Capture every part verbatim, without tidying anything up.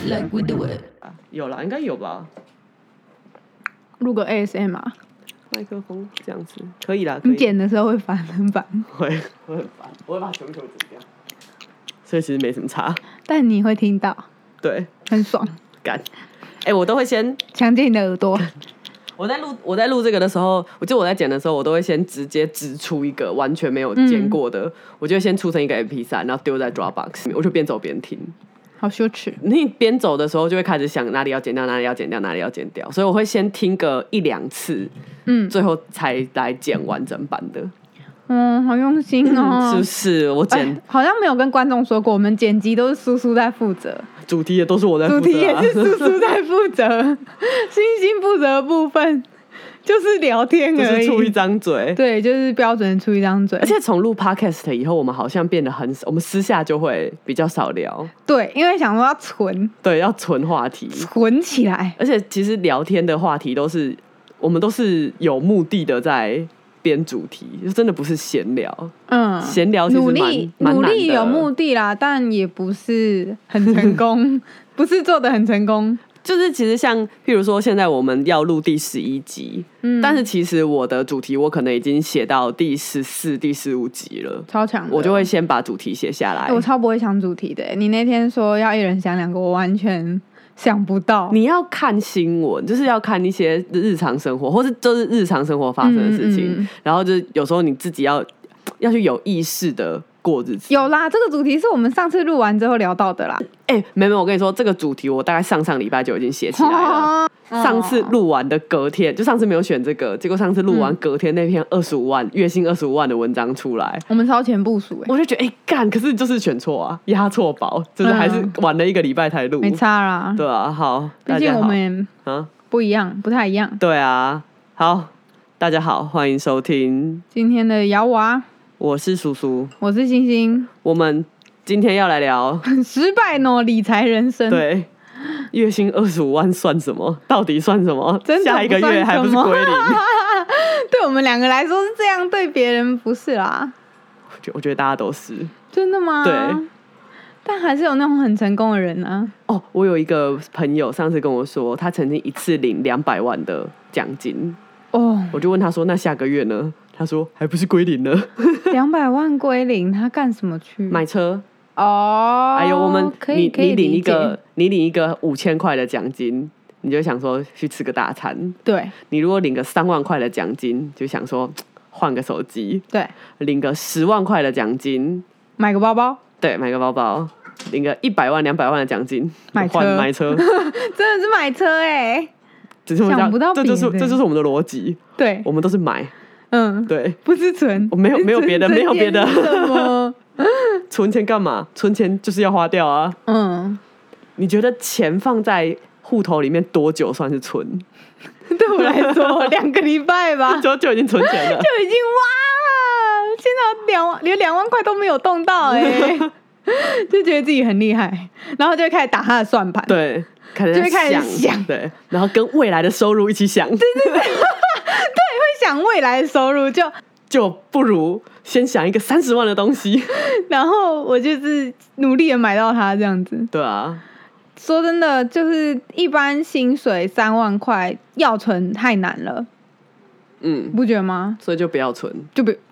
it like we do it。 有啦，应该有吧？ 录个 A S M R， 麦克风这样子可以啦。可以你剪的时候会烦很烦， 会会很烦，我会把全部全部剪掉，所以其实没什么差。 但你会听到， 对， 很爽。 干，哎、欸，我都会先强奸你的耳朵。 我在录我在录这个的时候，我就我在剪的时候，我都会先直接指出一个完全没有剪过的，嗯、我就会先出成一个 M P 三，然后丢在 Dropbox， 我就边走边听。 好羞耻！ 你边走的时候就会开始想哪里要剪掉，哪里要剪掉，哪里要剪掉，所以我会先听个一两次，嗯，最后才来剪完整版的。 嗯，好用心哦， 是不是？我剪、 哎、好像没有跟观众说过，我们剪辑都是叔叔在负责， 主题也都是我在负责、啊， 主题也是叔叔在负责，星星负责的部分就是聊天而已， 就是出一张嘴， 对，就是标准出一张嘴。 而且从录 podcast 以后，我们好像变得很少，我们私下就会比较少聊， 对，因为想说要存， 对，要存话题， 存起来。 而且其实聊天的话题都是我们都是有目的的在编主题，就真的不是闲聊。嗯，闲聊其实努力努力有目的啦，但也不是很成功，不是做得很成功。 就是其实像譬如说现在我们要录第十一集，嗯，但是其实我的主题我可能已经写到第十四、第十五集了， 超强的， 我就会先把主题写下来。 欸、我超不会想主题的，你那天说要一人想两个，我完全想不到。 你要看新闻，就是要看一些日常生活，或是就是日常生活发生的事情，嗯嗯嗯，然后就是有时候你自己要要去有意识的过日子。 有啦，这个主题是我们上次录完之后聊到的啦。 哎、欸，没没，我跟你说，这个主题我大概上上礼拜就已经写起来了。哦、上次录完的隔天，就上次没有选这个，结果上次录完隔天那篇二十五万月薪二十五万的文章出来， 我们超前部署哎、欸， 我就觉得哎干、欸，可是就是选错啊，压错宝，就是还是晚了一个礼拜才录， 没差啦。 对啊，好， 毕竟我们啊不一样，不太一样。 对啊，好，大家好，欢迎收听今天的摇娃。 我是叔叔， 我是星星， 我们今天要来聊失败呢理财人生。 对，月薪二十五万算什么？到底算什么？ 真的下一个月还不是归零？ 对我们两个来说是这样，对别人不是啦。 我觉得大家都是。 真的吗？ 对。 但还是有那种很成功的人啊。 哦，我有一个朋友上次跟我说，他曾经一次领两百万的奖金。哦。我就问他说：“那下个月呢？”他说：“还不是归零呢。” 两百万归零，他干什么去？ 买车哦。 还有我们， 可以可以你领一个，你领一个五千块的奖金，你就想说去吃个大餐。 对。 你如果领个三万块的奖金，就想说换个手机。 对。 领个十万块的奖金， 买个包包。 对，买个包包。领个一百万、两百万的奖金， 买车， 买车， 真的是买车哎、欸！想不到， 这就是这就是我们的逻辑。 对， 我们都是买。嗯，对， 不是存， 我没有没有别的，没有别的。 什么？ 存钱干嘛？存钱就是要花掉啊。嗯，你觉得钱放在户头里面多久算是存？ 对我来说，两个礼拜吧， 就就已经存钱了， 就已经哇！现在两万连两万块都没有动到哎、欸，就觉得自己很厉害，然后就会开始打他的算盘， 对，开始就会开始想， 对，然后跟未来的收入一起想，对对对。会想未来的收入就就不如先想一个三十万的东西， 然后我就是努力的买到它这样子。 对啊， 说真的，就是一般薪水三万块要存太难了，嗯，不觉得吗？ 所以就不要存， 就不。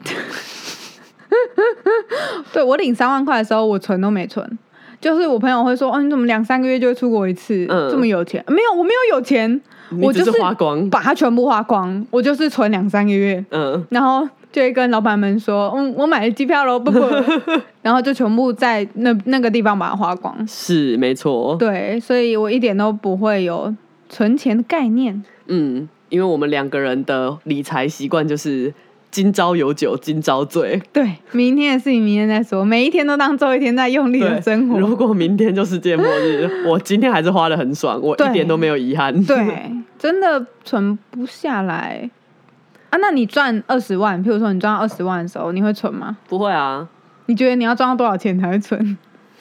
对，我领三万块的时候，我存都没存。就是我朋友会说：“哦，你怎么两三个月就会出国一次？嗯、这么有钱？”没有，我没有有钱，我就是花光， 把它全部花光。我就是存两三个月，嗯，然后就会跟老板们说：“嗯，我买了机票了，不不。”然后就全部在那那个地方把它花光。 是没错， 对，所以我一点都不会有存钱的概念。 嗯，因为我们两个人的理财习惯就是今朝有酒今朝醉。 对，明天的事情明天再说，每一天都当做一天在用力的生活。 如果明天就世界末日，我今天还是花得很爽，我一点都没有遗憾。 对，真的存不下来啊。那你赚二十万，譬如说你赚到二十万的时候，你会存吗？ 不会啊。 你觉得你要赚到多少钱才会存？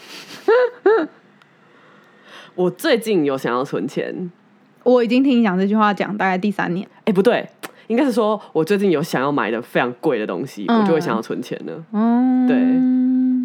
我最近有想要存钱， 我已经听你讲这句话讲大概第三年。 哎、欸，不对。应该是说，我最近有想要买的非常贵的东西，嗯、我就会想要存钱了。嗯，对，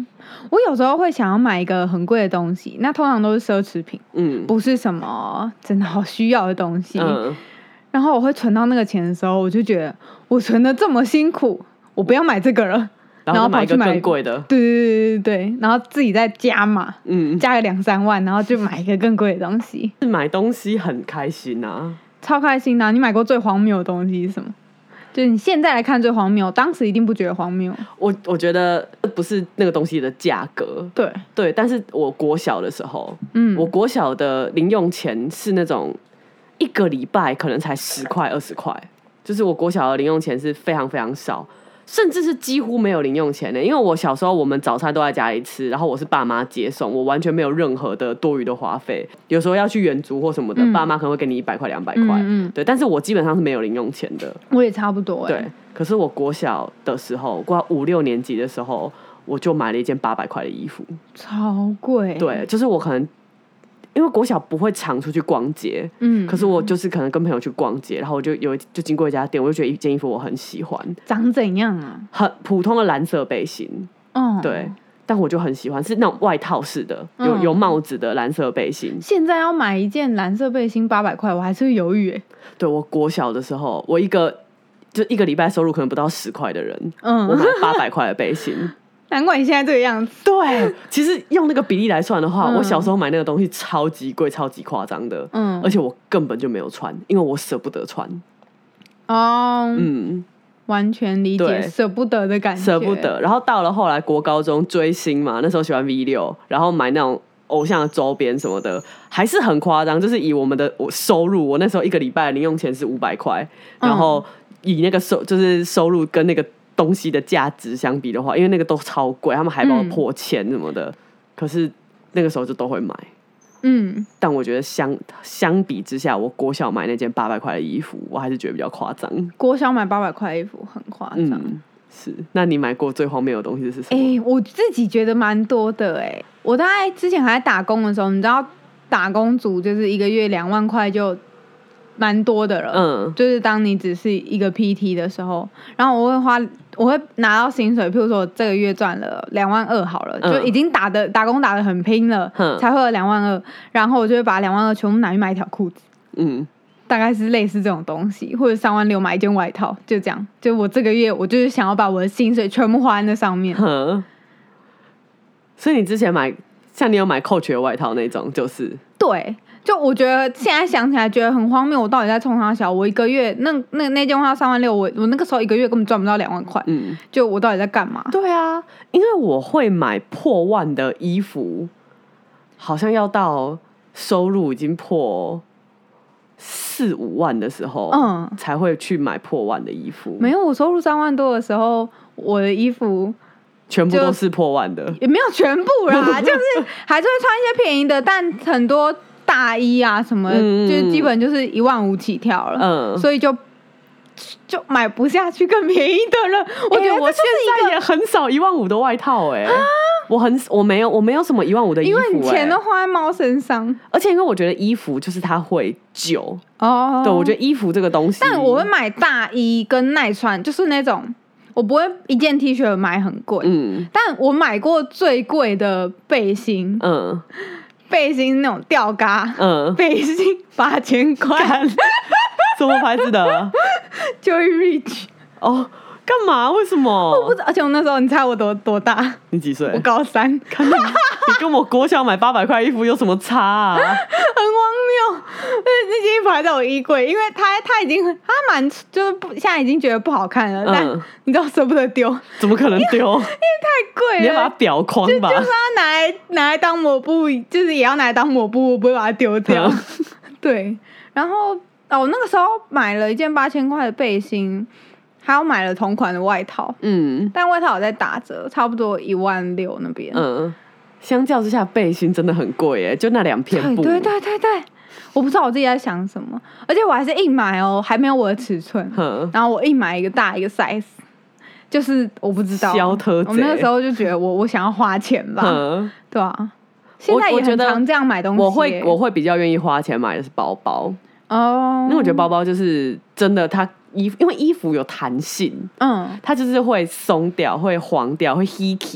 我有时候会想要买一个很贵的东西，那通常都是奢侈品，嗯，不是什么真的好需要的东西。嗯，然后我会存到那个钱的时候，我就觉得我存的这么辛苦，我不要买这个了， 然后买一个更贵的。 对对对对对，然后自己再加码，嗯，加个两三万，然后就买一个更贵的东西。 买东西很开心啊， 超开心的啊。你买过最荒谬的东西是什么？就是你现在来看最荒谬，当时一定不觉得荒谬。 我我觉得不是那个东西的价格， 对对，但是我国小的时候，嗯，我国小的零用钱是那种一个礼拜可能才十块二十块，就是我国小的零用钱是非常非常少。甚至是几乎没有零用钱的，因为我小时候我们早餐都在家里吃，然后我是爸妈接送，我完全没有任何的多余的花费。有时候要去远足或什么的，嗯、爸妈可能会给你一百块、两百块，对。但是我基本上是没有零用钱的。 我也差不多、欸， 对。可是我国小的时候，过五六年级的时候，我就买了一件八百块的衣服， 超贵。 对，就是我可能。因为国小不会常出去逛街，嗯，可是我就是可能跟朋友去逛街，然后我就有就经过一家店，我就觉得一件衣服我很喜欢， 长怎样啊？ 很普通的蓝色背心，嗯，对，但我就很喜欢，是那种外套式的，有、嗯、有帽子的蓝色背心。 现在要买一件蓝色背心八百块，我还是会犹豫哎。 对，我国小的时候，我一个就一个礼拜收入可能不到十块的人，嗯，我买八百块的背心。 难怪你现在这个样子。 对，其实用那个比例来算的话，嗯、我小时候买那个东西超级贵、超级夸张的，嗯，而且我根本就没有穿，因为我舍不得穿。 哦，嗯，完全理解舍不得的感觉， 舍不得。然后到了后来国高中追星嘛，那时候喜欢 V 六，然后买那种偶像的周边什么的，还是很夸张。就是以我们的我收入，我那时候一个礼拜的零用钱是五百块，然后以那个收就是收入跟那个。东西的价值相比的话，因为那个都超贵，他们海报破千什么的，嗯、可是那个时候就都会买。嗯，但我觉得相相比之下，我国小买那件八百块的衣服，我还是觉得比较夸张。 国小买八百块的衣服很夸张、 嗯。是，那你买过最荒谬的东西是什么？ 哎、欸，我自己觉得蛮多的哎、欸。我大概之前还在打工的时候，你知道打工族就是一个月两万块就。蛮多的了，嗯，就是当你只是一个 P T 的时候，然后我会花，我会拿到薪水，譬如说我这个月赚了两万二好了，嗯、就已经打的打工打得很拼了，嗯、才会有两万二，然后我就会把两万二全部拿去买一条裤子，嗯，大概是类似这种东西，或者三万六买一件外套，就这样，就我这个月我就是想要把我的薪水全部花在那上面，嗯， 所以你之前买，像你有买 Coach 的外套那种，就是对。就我觉得现在想起来觉得很荒谬，我到底在冲啥小？我一个月那那那件花三万六，我我那个时候一个月根本赚不到两万块，嗯，就我到底在干嘛？ 对啊，因为我会买破万的衣服，好像要到收入已经破四五万的时候，嗯，才会去买破万的衣服。 没有，我收入三万多的时候，我的衣服。 全部都是破万的， 也没有全部啦，就是还是会穿一些便宜的，但很多大衣啊什么，嗯、就是基本就是一万五起跳了，嗯，所以就就买不下去更便宜的了。我觉得我现在也很少一万五的外套、欸，哎、啊，我很我没有我没有什么一万五的衣服、欸， 因为你钱都花在猫身上， 而且因为我觉得衣服就是它会旧哦，对，我觉得衣服这个东西， 但我会买大衣跟耐穿，就是那种。我不会一件 T 恤买很贵，嗯，但我买过最贵的背心，嗯，背心那种吊嘎，嗯，背心八千块， 什么牌子的 ？Joy Rich。 哦，干嘛？为什么？ 我不知道，而且我那时候，你猜我多多大？ 你几岁？ 我高三。 看你，你跟我国小买八百块衣服有什么差啊？很荒谬。那那件衣服还在我衣柜，因为它它已经它蛮就是不现在已经觉得不好看了，嗯、但你知道舍不得丢。 怎么可能丢？ 因为太贵了。 你要把它裱框吧？ 就就是要拿来拿来当抹布，就是也要拿来当抹布，我不会把它丢掉。嗯、对，然后哦，我那个时候买了一件八千块的背心。还有买了同款的外套，嗯，但外套有在打折，差不多一万六那边， 嗯，相较之下背心真的很贵耶，就那两片布， 对对对对对，我不知道我自己在想什么，而且我还是硬买哦，还没有我的尺寸，然后我硬买一个大一个 size， 就是我不知道， 小特贼， 我那个时候就觉得我我想要花钱吧，对啊，现在也很常这样买东西， 我会我会比较愿意花钱买的是包包哦，因为我觉得包包就是真的它。衣服因为衣服有弹性，嗯，它就是会松掉、会黄掉、会 hickey，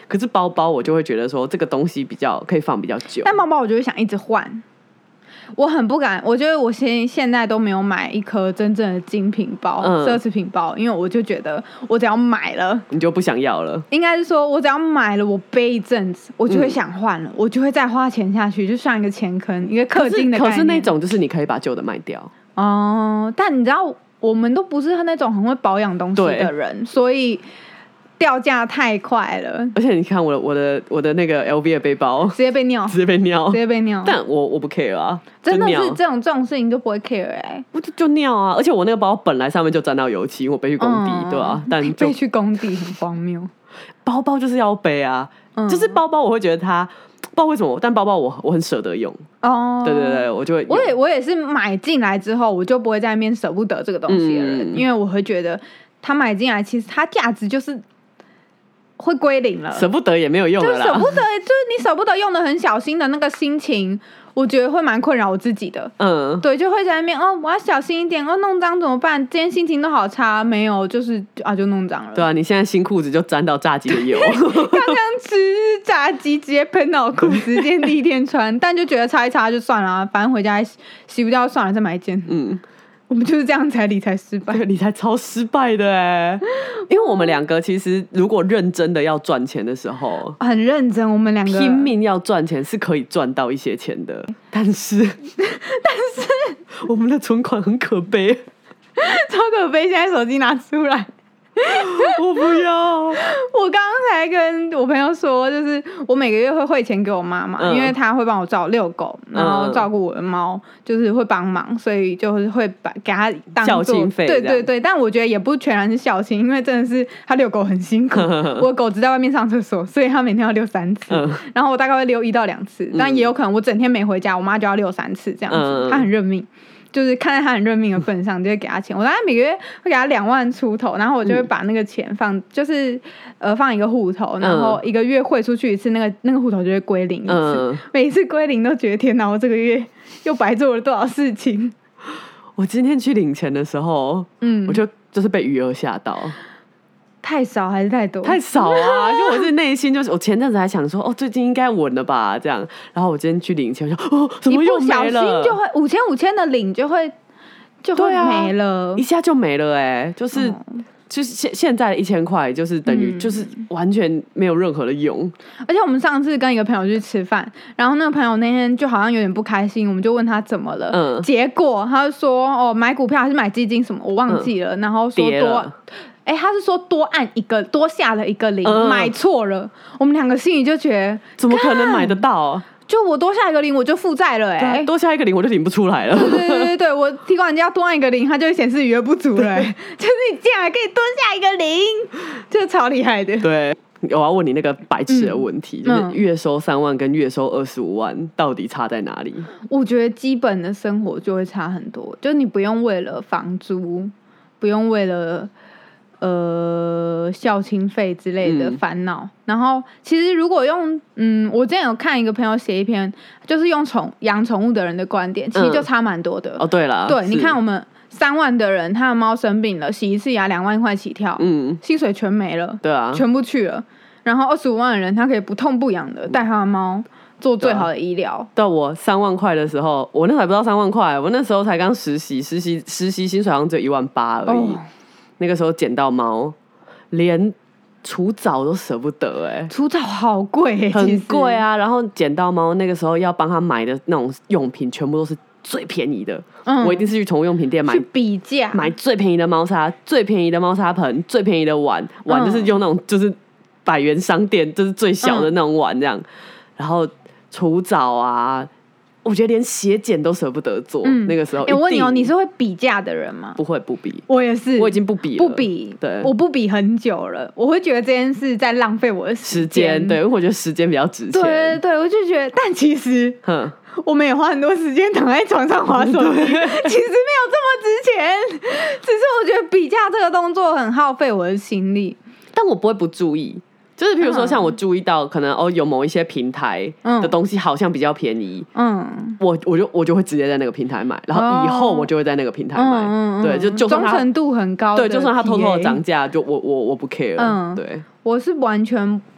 可是包包我就会觉得说这个东西比较可以放比较久， 但包包我就会想一直换。我很不敢，我觉得我现现在都没有买一颗真正的精品包、嗯、奢侈品包，因为我就觉得我只要买了， 你就不想要了。应该是说我只要买了，我背一阵子，我就会想换了、嗯，我就会再花钱下去，就像一个钱坑，一个氪金的概念。 可是那种就是你可以把旧的卖掉哦、嗯，但你知道我们都不是那种很会保养东西的人，所以。掉价太快了， 而且你看我的我的我的那个 L V 的背包直接被尿， 直接被尿， 直接被尿。 但我我不 care 啊， 真的是这种这种事情都不会 care 哎、欸， 我就就尿啊！而且我那个包本来上面就沾到油漆，我背去工地，嗯、对吧、啊？但背去工地很荒谬。 包包就是要背啊、嗯，就是包包我会觉得它不知道为什么，但包包我我很舍得用哦。对对对，我就会我也我也是买进来之后，我就不会在那边舍不得这个东西的人、嗯，因为我会觉得它买进来其实它价值就是。会归零了， 舍不得也没有用了啦。 就舍不得，就是你舍不得用的很小心的那个心情，我觉得会蛮困扰我自己的。嗯，对，就会在那边哦，我要小心一点哦，弄脏怎么办？今天心情都好差，没有，就是啊，就弄脏了。 对啊，你现在新裤子就沾到炸鸡的油， 刚刚吃炸鸡直接喷到裤子，今天第一天穿，但就觉得擦一擦就算了，反正回家洗不掉算了，再买一件。嗯。我们就是这样才理财失败， 理财超失败的哎！因为我们两个其实如果认真的要赚钱的时候， 很认真，我们两个拼命要赚钱是可以赚到一些钱的，但是但是我们的存款很可悲， 超可悲！现在手机拿出来。 我不要！ 我刚刚才跟我朋友说，就是我每个月会汇钱给我妈妈、嗯，因为她会帮我照遛狗，然后照顾我的猫，就是会帮忙，所以就是会把给她当做孝心费。 对对对，但我觉得也不全然是孝心，因为真的是她遛狗很辛苦，我的狗只在外面上厕所，所以她每天要遛三次，嗯、然后我大概会遛一到两次，但也有可能我整天没回家，我妈就要遛三次这样子，她、嗯、很认命。就是看在他很认命的份上，就会给他钱。我大概每个月会给他两万出头，然后我就会把那个钱放，嗯、就是呃放一个户头，然后一个月汇出去一次，那个那个户头就会归零一次。嗯、每一次归零都觉得天哪，我这个月又白做了多少事情。 我今天去领钱的时候，嗯，我就就是被余额吓到。 太少还是太多？ 太少啊！就我是内心就是，我前阵子还想说，哦，最近应该稳了吧，这样。然后我今天去领钱，我说，哦，怎么又没了？ 一不小心就会五千五千的领就会就会没了， 啊、一下就没了哎、欸，就是。嗯就是现现在的一千块，就是等于就是完全没有任何的用、嗯。 而且我们上次跟一个朋友去吃饭，然后那个朋友那天就好像有点不开心，我们就问他怎么了，嗯、结果他就说哦，买股票还是买基金什么，我忘记了，嗯、然后说多，哎、欸，他是说多按一个，多下了一个零，嗯、买错了，我们两个心里就觉得怎么可能买得到？ 就我多下一个零，我就负债了哎、欸， 多下一个零我就领不出来了。 对对对对，我提款机要多按一个零，它就会显示余额不足了、欸。就是你竟然可以多下一个零，这超厉害的。 对，我要问你那个白痴的问题，嗯、就是月收三万跟月收二十五万到底差在哪里？ 我觉得基本的生活就会差很多，就你不用为了房租，不用为了。呃，孝亲费之类的烦恼、嗯，然后其实如果用，嗯，我之前有看一个朋友写一篇，就是用宠养宠物的人的观点，其实就差蛮多的。嗯、 哦，对了， 对，你看我们三万的人，他的猫生病了，洗一次牙两万块起跳，嗯，薪水全没了， 对啊， 全部去了。然后二十五万的人，他可以不痛不痒的带他的猫做最好的医疗。 到我三万块的时候，我那时候还不到三万块，我那时候才刚实习，实习实习薪水好像只有一万八而已。哦，那个时候捡到猫，连除藻都舍不得哎、欸， 除藻好贵、欸， 很贵啊。然后捡到猫，那个时候要帮他买的那种用品，全部都是最便宜的。嗯，我一定是去宠物用品店买， 去比价， 买最便宜的猫砂，最便宜的猫砂盆，最便宜的碗，碗就是用那种就是百元商店就是最小的那种碗这样。嗯、然后除藻啊。我觉得连血检都舍不得做，嗯、那个时候。 欸、我问你哦，你是会比价的人吗？ 不会，不比。 我也是， 我已经不比了， 不比。对，我不比很久了。我会觉得这件事在浪费我的时间。 对，因为我觉得时间比较值钱。 对对对，我就觉得，但其实，哼，我们也花很多时间躺在床上滑手机，其实没有这么值钱。只是我觉得比价这个动作很耗费我的心力， 但我不会不注意。就是比如说像我注意到可能哦有某一些平台的东西好像比较便宜，嗯，我我就我就会直接在那个平台买，然后以后我就会在那个平台买，哦、对，就就算它忠诚度很高的， 对，就算它偷偷的涨价，就我我我不 care，嗯，对， 我是完全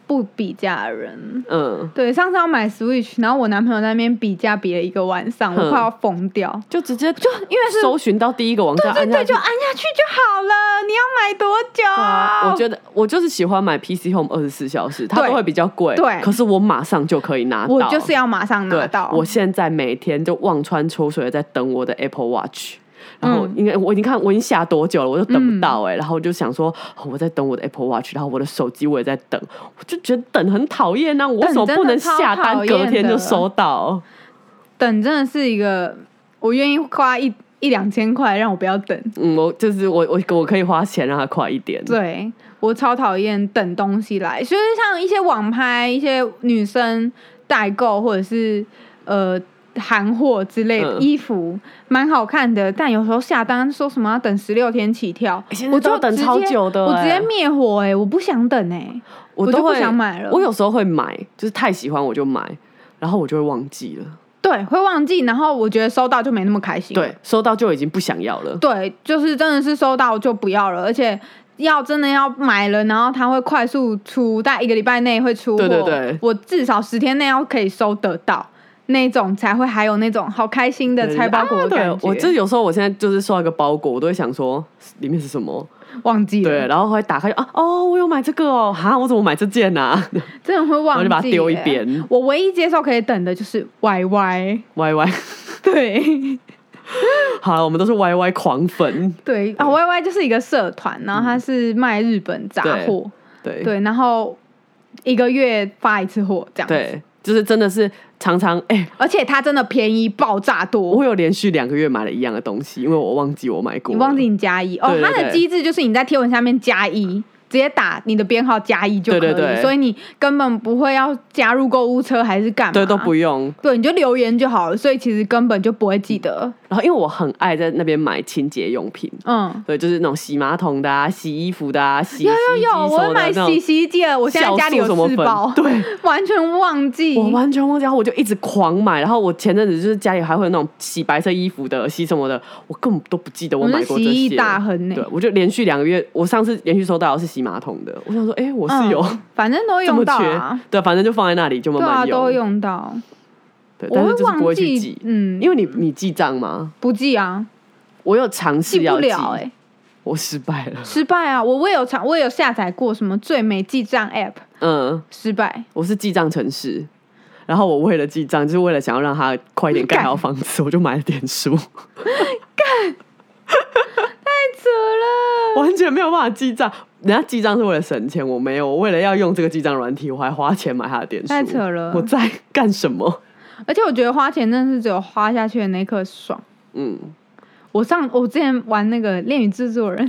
不比价的人。嗯，对，上次要买 Switch， 然后我男朋友在那边比价比了一个晚上，我快要疯掉， 就直接就因为是搜寻到第一个网站， 对对对，就按下去就好了。你要买多久？ 啊、我觉得我就是喜欢买 P C Home 二十四小时，它都会比较贵， 对， 可是我马上就可以拿到， 我就是要马上拿到。 我现在每天就望穿秋水的在等我的 Apple Watch。然后因为我已经看我已经下多久了，我就等不到哎、欸嗯，然后我就想说、哦、我在等我的 Apple Watch， 然后我的手机我也在等，我就觉得等很讨厌啊！我为什么不能下单隔天就收到？ 等真的是一个，我愿意花一一两千块让我不要等。 嗯，我就是我我我可以花钱让它快一点。 对，我超讨厌等东西来，所以像一些网拍、一些女生代购或者是呃。韩货之类的衣服蛮、嗯、好看的，但有时候下单说什么要等十六天起跳， 欸、我就等超久的、欸， 我直接灭火哎、欸！我不想等哎、欸，我就不想买了。 我有时候会买，就是太喜欢我就买，然后我就会忘记了。 对，会忘记，然后我觉得收到就没那么开心。 对，收到就已经不想要了。 对，就是真的是收到就不要了，而且要真的要买了，然后它会快速出，大概一个礼拜内会出货。 对对对， 我至少十天内要可以收得到。那种才会还有那种好开心的拆包裹的感觉。 啊、我这有时候我现在就是收到一个包裹，我都会想说里面是什么， 忘记了。 对，然后会打开啊，哦，我有买这个哦，哈，我怎么买这件啊？ 真的会忘记， 我就把它丢一边。 我唯一接受可以等的就是 Y Y Y Y， 对。 好了，我们都是 Y Y 狂粉。 对啊 ，Y Y 就是一个社团，然后它是卖日本杂货， 对 对, 对，然后一个月发一次货这样子。 对，就是真的是常常哎、欸， 而且它真的便宜爆炸多。 我有连续两个月买了一样的东西，因为我忘记我买过了。 你忘记你加一哦， 对对对， 它的机制就是你在贴文下面加一。直接打你的编号加一就可以， 对对对， 所以你根本不会要加入购物车还是干嘛， 对，都不用， 对，你就留言就好了，所以其实根本就不会记得。 然后因为我很爱在那边买清洁用品，嗯，对，就是那种洗马桶的啊、洗衣服的啊、洗洗衣机有有有，我会买洗洗衣机了，我现在家里有四包， 对， 完全忘记， 我完全忘记，然后我就一直狂买，然后我前阵子就是家里还会有那种洗白色衣服的、洗什么的，我根本都不记得我买过这些， 洗衣大亨呢。 对，我就连续两个月，我上次连续收到的是洗马桶的，我想说，哎、欸，我是有、嗯， 反正都用到啊， 对，反正就放在那里就慢慢用， 对啊，都会用到。 对，但是就是不会去记， 嗯， 因为你你记账吗？ 不记啊， 我有尝试要记， 记不了哎、欸， 我失败了， 失败啊！我我有尝，我有下载过什么最美记账 App， 嗯，失败。 我是记账程式，然后我为了记账，就是为了想要让它快一点盖好房子，我就买了点书， 干，太扯了， 完全没有办法记账。人家记账是为了省钱，我没有，我为了要用这个记账软体，我还花钱买它的点数， 太扯了！ 我在干什么？ 而且我觉得花钱真的是只有花下去的那一刻爽。嗯，我上我之前玩那个《恋与制作人》，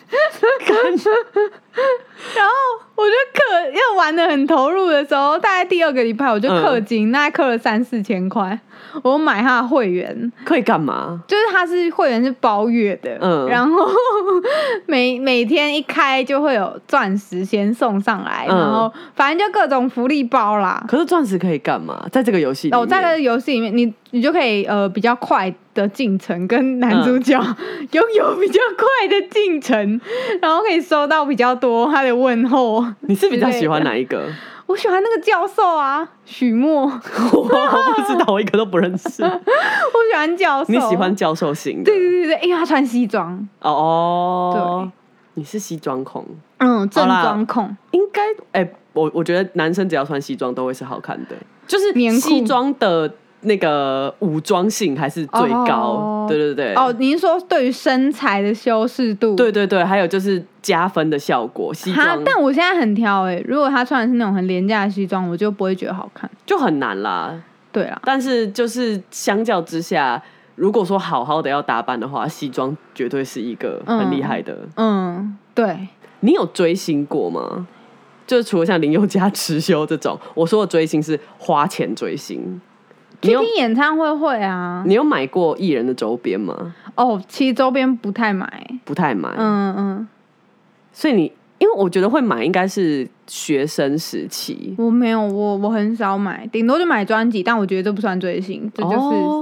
然后我就氪，因为玩的很投入的时候，大概第二个礼拜我就氪金，嗯、大概氪了三四千块。我买他的会员可以干嘛？ 就是他是会员是包月的，嗯，然后每每天一开就会有钻石先送上来，嗯、然后反正就各种福利包啦。 可是钻石可以干嘛？在这个游戏里面， 哦，在这个游戏里面，你你就可以呃比较快的进程，跟男主角拥有比较快的进程，然后可以收到比较多他的问候。 你是比较喜欢哪一个？ 我喜欢那个教授啊，许墨。 我不知道，我一个都不认识。 我喜欢教授。 你喜欢教授型的？ 对对对对，因为他穿西装。 哦哦，对，你是西装控。 嗯，正装控。 应该，哎、欸，我我觉得男生只要穿西装都会是好看的，就是西装的那个武装性还是最高。Oh, 对对对。 哦，您说对于身材的修饰度？ 对对对，还有就是加分的效果。西装， 但我现在很挑哎、欸，如果他穿的是那种很廉价的西装，我就不会觉得好看， 就很难啦。 对啊， 但是就是相较之下，如果说好好的要打扮的话，西装绝对是一个很厉害的。 嗯，嗯对。 你有追星过吗？就是除了像林宥嘉、持修这种，我说的追星是花钱追星。 去听演唱会会啊。 你有买过艺人的周边吗？ 哦，其实周边不太买， 不太买。 嗯嗯。 所以你，因为我觉得会买应该是学生时期。 我没有，我我很少买，顶多就买专辑，但我觉得这不算追星，这就是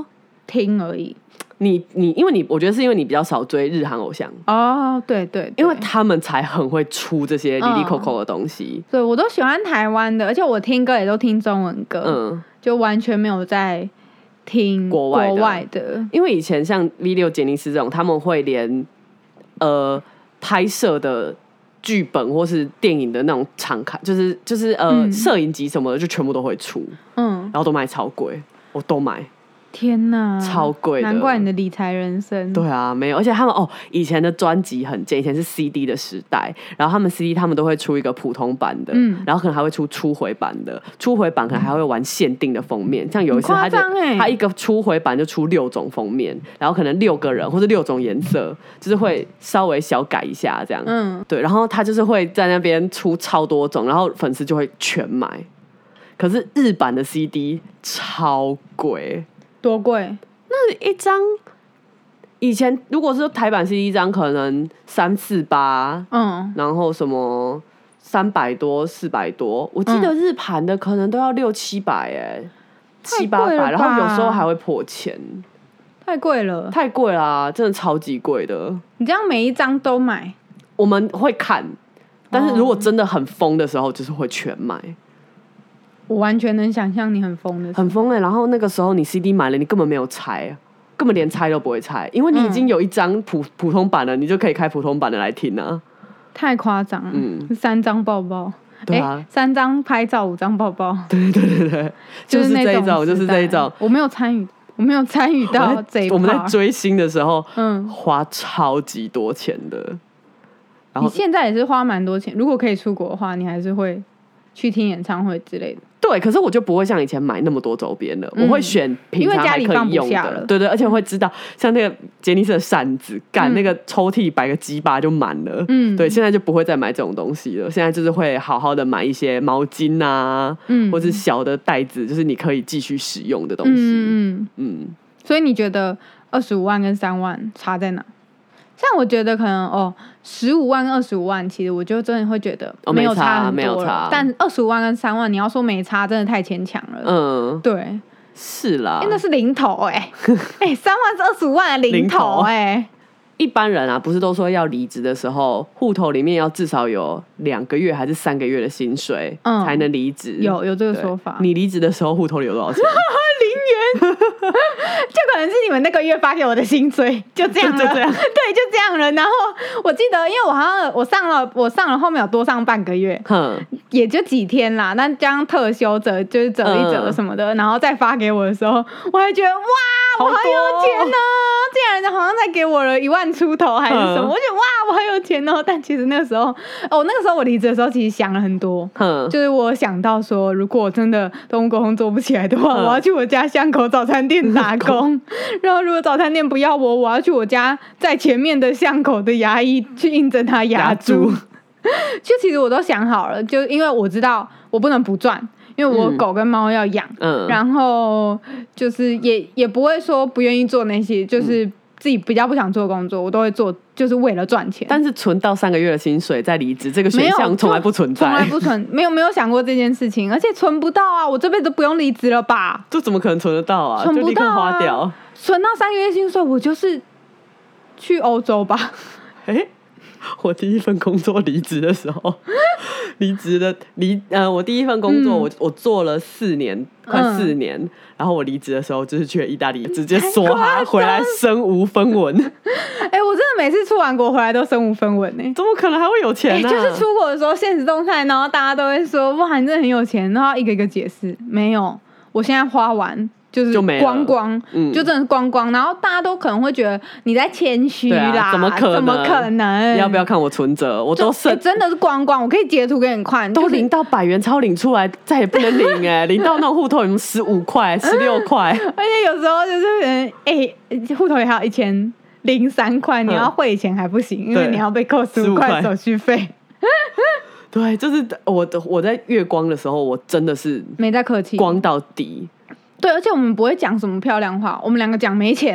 听而已。 你你因为你我觉得是因为你比较少追日韩偶像哦，对 对, 对， 因为他们才很会出这些哩哩扣扣的东西。 嗯、对，我都喜欢台湾的，而且我听歌也都听中文歌，嗯，就完全没有在听国外 的, 国外的。因为以前像 V 六 杰尼斯这种，他们会连呃拍摄的剧本或是电影的那种场刊，就是就是呃摄、嗯、影集什么的，就全部都会出，嗯，然后都卖超贵，我都买。 天哪， 超贵的， 难怪你的理财人生。 对啊，没有，而且他们哦，以前的专辑很贱，以前是 C D 的时代，然后他们 C D 他们都会出一个普通版的，嗯，然后可能还会出初回版的，初回版可能还会玩限定的封面，像有一次他就他一个初回版就出六种封面，然后可能六个人或者六种颜色，就是会稍微小改一下这样，嗯，对，然后他就是会在那边出超多种，然后粉丝就会全买。可是日版的 C D 超贵。 多贵？ 那一张以前如果是台版 C D 一张可能三四八，嗯，然后什么三百多四百多，我记得日盘的可能都要六七百哎，七八百，然后有时候还会破千， 太贵了， 太贵啦，真的超级贵的。 你这样每一张都买？ 我们会看，但是如果真的很疯的时候，就是会全买。 我完全能想象你很疯的， 很疯的、欸。然后那个时候你 C D 买了，你根本没有拆，根本连拆都不会拆，因为你已经有一张普、嗯、普通版了，你就可以开普通版的来听啊。 太夸张了，嗯，三张抱抱， 对啊， 欸、三张拍照，五张抱抱， 对对对对，就是这一种，就是这一种。 我没有参与，我没有参与到这一 part。 我们在追星的时候，嗯，花超级多钱的。 然后你现在也是花蛮多钱，如果可以出国的话，你还是会去听演唱会之类的。 对，可是我就不会像以前买那么多周边了、嗯，我会选平常还可以用的，对对，而且会知道像那个杰尼斯的扇子，干、嗯、那个抽屉摆个鸡巴就满了，嗯，对，现在就不会再买这种东西了，现在就是会好好的买一些毛巾啊，嗯，或是小的袋子，就是你可以继续使用的东西，嗯嗯，所以你觉得二十五万跟三万差在哪？像我觉得可能哦，十五万跟二十五万，其实我就真的会觉得没有差很多了、哦、没有差没有差。但二十五万跟三万，你要说没差，真的太牵强了。嗯，对， 是啦， 因为那是零头哎、欸，哎、欸，三万是二十五万的零头哎、欸。 一般人啊，不是都说要离职的时候，户头里面要至少有两个月还是三个月的薪水，嗯、才能离职。 有有这个说法。 你离职的时候，户头里有多少钱？ 零元，就可能是你们那个月发给我的薪水，就这样了，就这样，对，就这样了。然后我记得，因为我好像我上了，我上了后面有多上半个月，也就几天啦。那加上特休折，就是折一折什么的，嗯、然后再发给我的时候，我还觉得哇，我好有钱呢、啊！这样人家好像才给我了一万出头还是什么，嗯、我觉得哇，我好有钱哦。但其实那个时候，哦，那个时候我离职的时候，其实想了很多，嗯、就是我想到说，如果我真的动物沟通做不起来的话，嗯、我要去我家巷口早餐店打工。然后如果早餐店不要我，我要去我家在前面的巷口的牙医去应征他牙猪。就其实我都想好了，就因为我知道我不能不赚。因为我狗跟猫要养、嗯，然后就是也也不会说不愿意做那些，就是自己比较不想做的工作，我都会做，就是为了赚钱。 但是存到三个月的薪水再离职，这个选项从来不存在， 从来不存，没有没有想过这件事情，而且存不到啊！我这辈子都不用离职了吧？ 这怎么可能存得到啊？ 存不到啊，就立刻花掉。 存到三个月薪水，我就是去欧洲吧。 欸我第一份工作离职的时候，离职的离呃，我第一份工作我、嗯、我做了四年，快四年，嗯、然后我离职的时候就是去了意大利，直接梭哈回来，身无分文。 哎、欸，我真的每次出完国回来都身无分文呢、欸， 怎么可能还会有钱呢、啊欸？就是出国的时候，现实动态，然后大家都会说哇，你真的很有钱，然后一个一个解释，没有，我现在花完。就是光光就、嗯、就真的是光光，然后大家都可能会觉得你在谦虚啦、 啊，怎么可能？ 怎么可能？ 你要不要看我存折？我都剩、 欸、真的是光光，我可以截图给你看， 都领到百元超领出来，再也不能领哎、欸，领到那种户头有十五块、十六块， 而且有时候就是哎，户、欸、头里还有一千零三块，你要汇钱还不行，因为你要被扣十五块手续费。 对，就是我我在月光的时候，我真的是没在客气， 光到底。 对，而且我们不会讲什么漂亮话，我们两个讲没钱，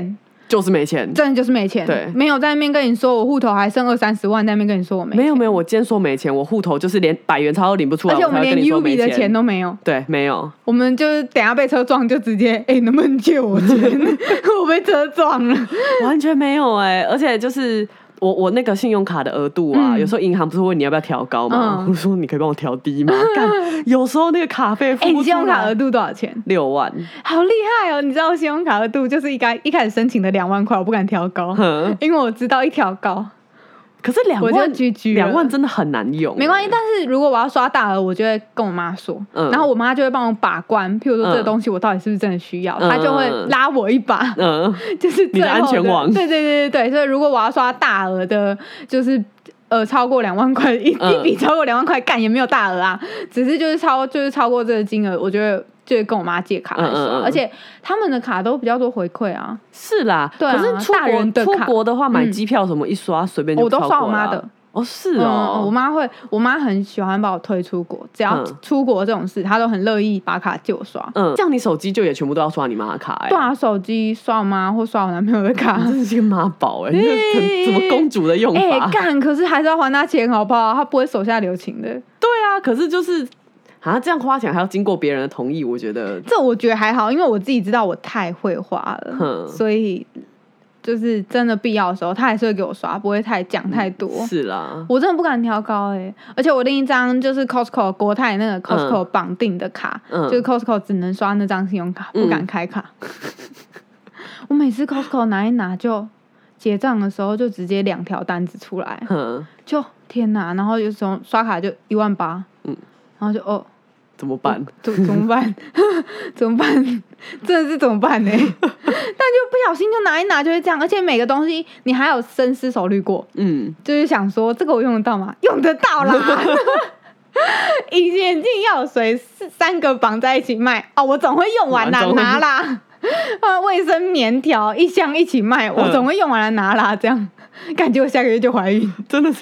就是没钱， 真的就是没钱。 对， 没有在那边跟你说我户头还剩二三十万，在那边跟你说我没钱。 没有没有，我今天说没钱，我户头就是连百元钞都领不出来， 而且我们连 U B 的钱都没有。 对，没有。 我们就是等一下被车撞就直接，哎、欸，能不能借我钱？我被车撞了， 完全没有哎、欸，而且就是我我那个信用卡的额度啊，嗯、有时候银行不是问你要不要调高吗？嗯、我说你可以帮我调低吗？干，有时候那个卡费付不出来。哎、欸， 信用卡额度多少钱？ 六万， 好厉害哦！你知道信用卡额度就是一开一开始申请的两万块，我不敢调高，因为我知道一调高。 可是两万，两万真的很难用、欸。 没关系，但是如果我要刷大额，我就会跟我妈说，嗯、然后我妈就会帮我把关。譬如说这个东西我到底是不是真的需要，嗯、她就会拉我一把，嗯、就是最后的你的安全网。 对对对对对，所以如果我要刷大额的，就是呃超过两万块一、嗯、一笔超过两万块，干也没有大额啊，只是就是超就是超过这个金额，我觉得。就会跟我妈借卡来刷，嗯嗯嗯，而且他们的卡都比较多回馈啊。 是啦， 对啊， 可是出国大人的卡出国的话，买机票什么一刷随便就超过了。 我都刷我妈的。 哦，是哦、 嗯，我妈会，我妈很喜欢把我推出国，只要出国这种事，她都很乐意把卡借我刷。 嗯，这样你手机就也全部都要刷你妈的卡哎、欸。 对啊，手机刷我妈或刷我男朋友的卡， 真是一个妈宝哎、欸，欸、怎么公主的用法？ 哎、欸，干，可是还是要还她钱好不好？她不会手下留情的。 对啊，可是就是。啊，这样花钱还要经过别人的同意，我觉得这我觉得还好，因为我自己知道我太会花了，所以就是真的必要的时候，他还是会给我刷，不会太讲太多。 嗯、是啦， 我真的不敢调高哎、欸，而且我另一张就是 Costco 国泰那个 Costco 绑定的卡，嗯、就是 Costco 只能刷那张信用卡，不敢开卡。嗯、我每次 Costco 拿一拿就结账的时候就直接两条单子出来，嗯、就天哪，然后有时候刷卡就一万八，嗯，然后就哦。 怎么办？ 怎怎么办？怎么办？真的是怎么办呢、欸？但就不小心就拿一拿就会这样，而且每个东西你还有深思熟虑过，嗯，就是想说这个我用得到吗？用得到啦！隐形眼镜药水三个绑在一起卖哦，我总会用完啦，拿啦。啊，卫生棉条一箱一起卖，我总会用完了拿啦，这样感觉我下个月就怀孕， 真的是。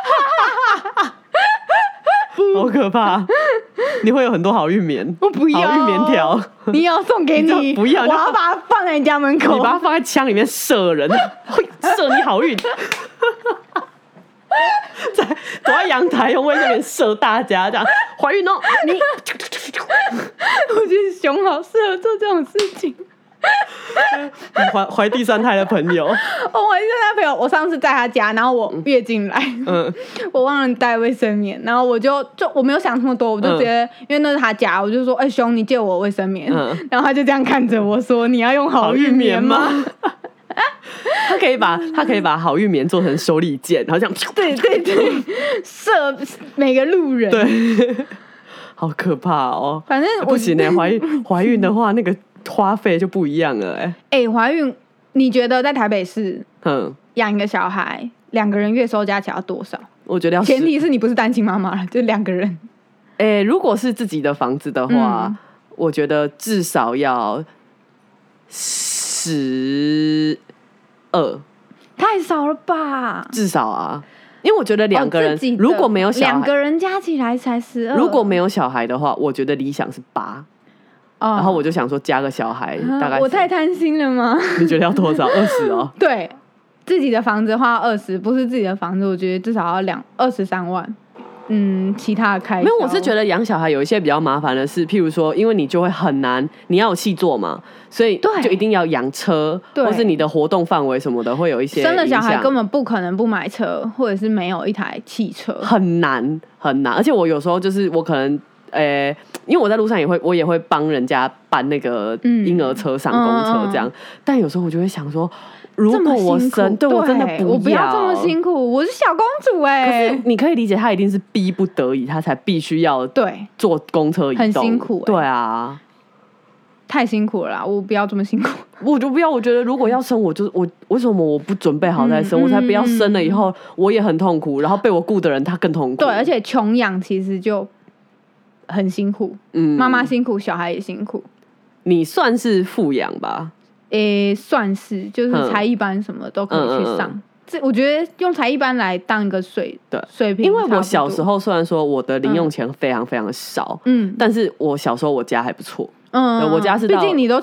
好可怕！你会有很多好运棉， 我不要好运棉条， 你要送给你， 你不要， 我要把它放在你家门口， 你把它放在枪里面射人，会射你好运。在躲在阳台用卫生棉射大家，这样怀孕哦！你， 我觉得熊好适合做这种事情。 怀怀第三胎的朋友，我怀第三胎朋友，我上次在他家，然后我月经来，嗯，我忘了带卫生棉，然后我就就我没有想那么多，我就直接、嗯、因为那是他家，我就说，哎、欸，熊，你借我卫生棉，嗯、然后他就这样看着我说，你要用好运棉吗？ 他可以把他可以把好运棉做成手里剑，然后这样， 对对对，射每个路人， 对，好可怕哦！ 反正我不行哎、欸，怀孕怀孕的话那个。花费就不一样了哎、 欸！哎、欸，怀孕，你觉得在台北市，嗯，养一个小孩，两个人月收加起来要多少？ 我觉得要， 前提是你不是单亲妈妈了，就两个人。 哎、欸，如果是自己的房子的话，嗯、我觉得至少要十二， 太少了吧？ 至少啊，因为我觉得两个人、哦、如果没有小孩， 两个人加起来才十二。 如果没有小孩的话，我觉得理想是八。Oh, 然后我就想说加个小孩，啊、大概我太贪心了吗？ 你觉得要多少？二十哦。 对，自己的房子花二十，不是自己的房子，我觉得至少要两二十三万。嗯，其他的开销没有。我是觉得养小孩有一些比较麻烦的是，譬如说，因为你就会很难，你要有汽座嘛，所以就一定要养车，或是你的活动范围什么的会有一些。 生了小孩根本不可能不买车，或者是没有一台汽车， 很难很难。而且我有时候就是我可能。呃，因为我在路上也会，我也会帮人家搬那个婴儿车上公车这样，嗯、但有时候我就会想说，如果我生，对我真的不要， 我不要这么辛苦，我是小公主哎、 欸。可是你可以理解，他一定是逼不得已，他才必须要对坐公车移动， 很辛苦、欸。 对啊， 太辛苦了啦，我不要这么辛苦， 我就不要。我觉得如果要生，我就我为什么我不准备好再生，嗯、我才不要生了以后我也很痛苦，然后被我顾的人他更痛苦。 对，而且穷养其实就。很辛苦，嗯，妈妈辛苦，小孩也辛苦。 你算是富养吧？ 诶、欸，算是，就是才艺班什么都可以去上。嗯嗯嗯这我觉得用才艺班来当一个水的水平， 因为我小时候虽然说我的零用钱非常非常的少，嗯，但是我小时候我家还不错，嗯，我家是， 毕竟你都去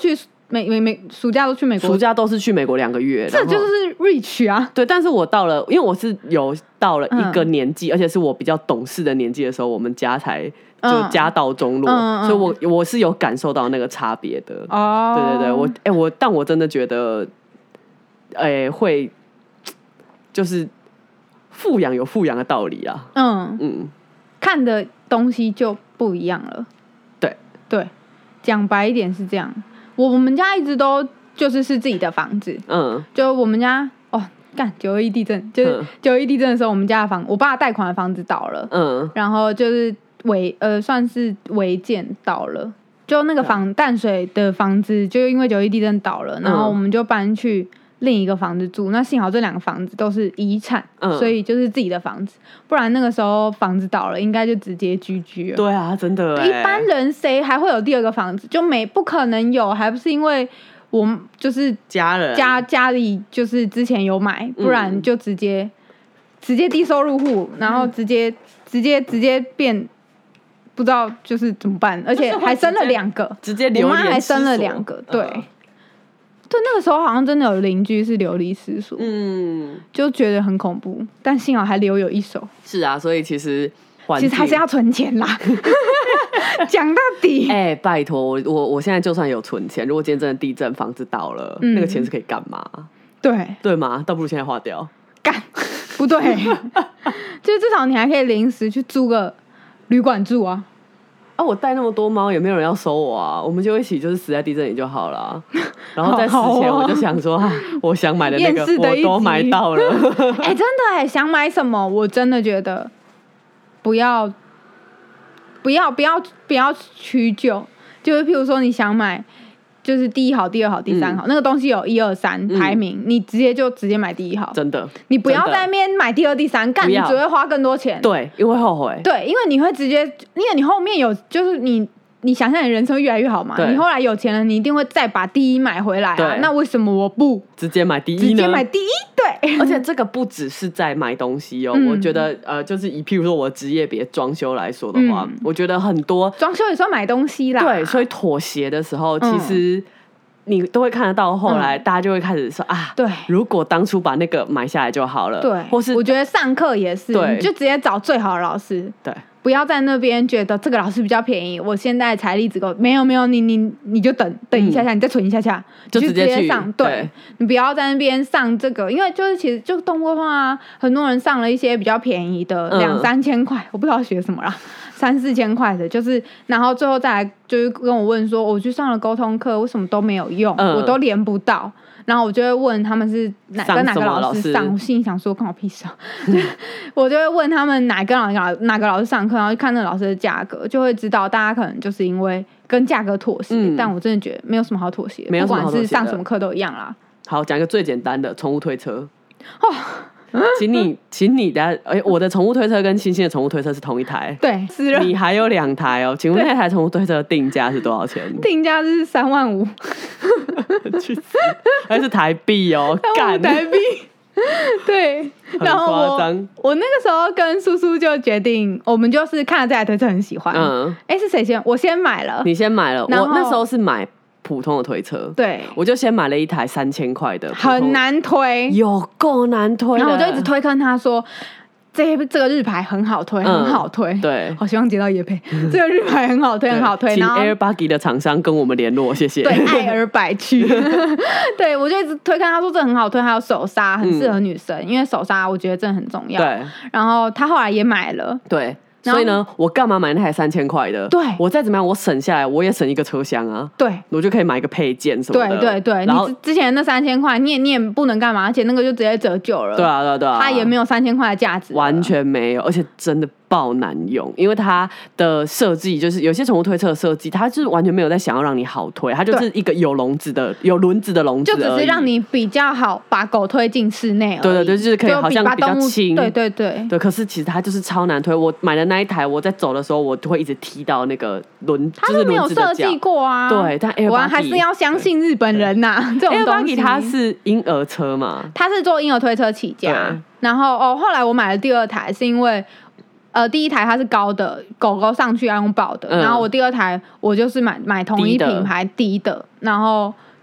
每每每暑假都去美国， 暑假都是去美国两个月， 这就是 rich 啊。 对，但是我到了，因为我是有到了一个年纪，嗯、而且是我比较懂事的年纪的时候，我们家才就家道中落，嗯、所以我我是有感受到那个差别的。哦，对对对，我哎、欸、我，但我真的觉得，哎、欸、会就是富养有富养的道理啦。嗯嗯， 看的东西就不一样了。 对对，讲白一点是这样。我我们家一直都就是是自己的房子，嗯，就我们家哦，干九二一地震，就是九二一地震的时候，我们家的房，我爸贷款的房子倒了，嗯，然后就是违呃算是违建倒了，就那个房淡水的房子，就因为九一地震倒了，然后我们就搬去另一个房子住，那幸好这两个房子都是遗产，嗯，所以就是自己的房子，不然那个时候房子倒了，应该就直接居居了。 对啊，真的， 一般人谁还会有第二个房子？就没不可能有，还不是因为我们就是家人家家里就是之前有买，不然就直接、嗯、直接低收入户，然后直接直接直接变。不知道就是怎么办，而且还生了两个， 直接流连失所， 我妈还生了两个，对。嗯对，那个时候好像真的有邻居是流离失所，嗯，就觉得很恐怖，但幸好还留有一手。 是啊，所以其实其实还是要存钱啦。讲到底， 哎、欸，拜托我我我现在就算有存钱，如果今天真的地震房子倒了，嗯、那个钱是可以干嘛？ 对对吗？倒不如现在花掉。 干不对，就是至少你还可以临时去租个旅馆住啊。 啊！我带那么多猫，也没有人要收我啊！我们就一起就是死在地震里就好了。然后在死前，我就想说，啊、我想买的那个我都买到了。 哎、欸，真的哎、欸，想买什么，我真的觉得不要不要不要不要屈就，就是譬如说你想买。就是第一好、第二好、第三好，嗯、那个东西有一二三排名，嗯、你直接就直接买第一好， 真的。 你不要在那边买第二、第三，干你只会花更多钱。 对，因为后悔。 对，因为你会直接，因为你后面有，就是你你想象你人生越来越好嘛，你后来有钱了，你一定会再把第一买回来啊。那为什么我不直接买第一呢？ 直接买第一，对。 而且这个不只是在买东西哦，嗯、我觉得呃，就是以譬如说我职业别装修来说的话，嗯、我觉得很多装修也算买东西啦。 对，所以妥协的时候，其实。嗯你都会看得到，后来大家就会开始说、嗯、啊， 对， 如果当初把那个买下来就好了， 对， 或是我觉得上课也是，你就直接找最好的老师， 对， 不要在那边觉得这个老师比较便宜，我现在财力只够，没有没有，你你你就等等一下下，嗯、你再存一下下， 就直接去直接上，对，对你不要在那边上这个，因为就是其实就动画啊，很多人上了一些比较便宜的两、嗯、三千块，我不知道学什么啦。三四千块的，就是然后最后再来就是跟我问说，我去上了沟通课，为什么都没有用，嗯、我都连不到。然后我就会问他们是哪跟哪个老师上，我心里想说，关我屁事啊！我就会问他们哪个老哪个老师上课，然后看那个老师的价格，就会知道大家可能就是因为跟价格妥协，嗯、但我真的觉得没有什么好妥协， 没有什么好妥协的， 不管是上什么课都一样啦。 好，讲一个最简单的宠物推车。哦。请你，请你的，哎，我的宠物推车跟星星的宠物推车是同一台， 对，是了。 你还有两台哦，请问那台宠物推车的定价是多少钱？ 定价是三万五， 去死，还是台币哦，干台币。对，然后我我那个时候跟叔叔就决定，我们就是看了这台推车很喜欢。嗯，哎，是谁先？我先买了， 你先买了，我那时候是买。普通的推车，对，我就先买了一台三千块的， 很难推， 有够难推的。 然后我就一直推坑他说，这这个日牌很好推，嗯、很好推，对，好希望接到业配，这个日牌很好推，很好推。 请 Airbuggy 的厂商跟我们联络，谢谢。 对，爱尔百区，对我就一直推坑他说这很好推，还有手刹很适合女生，嗯、因为手刹我觉得真的很重要。对，然后他后来也买了， 对。所以呢，我干嘛买那台三千块的？对，我再怎么样，我省下来，我也省一个车厢啊。对，我就可以买一个配件什么的。 对对对，然后你之前那三千块，你也你也不能干嘛，而且那个就直接折旧了。 对啊对啊对啊， 它也没有三千块的价值， 完全没有，而且真的爆难用，因为它的设计就是有些宠物推车的设计，它就是完全没有在想要让你好推，它就是一个有笼子的、有轮子的笼子， 就只是让你比较好把狗推进室内而已。 对对对，就是可以好像比较轻。 对对对对，可是其实它就是超难推。我买的那一台，我在走的时候，我就会一直踢到那个轮， 它都没有设计过啊。 对，但 Airbuggy 我还是要相信日本人呐、啊，这种东西。 Airbuggy 它是婴儿车嘛？ 它是做婴儿推车起家，然后哦，后来我买了第二台，是因为。呃，第一台它是高的，狗狗上去要用抱的，嗯、然后我第二台我就是买买同一品牌低的，然后就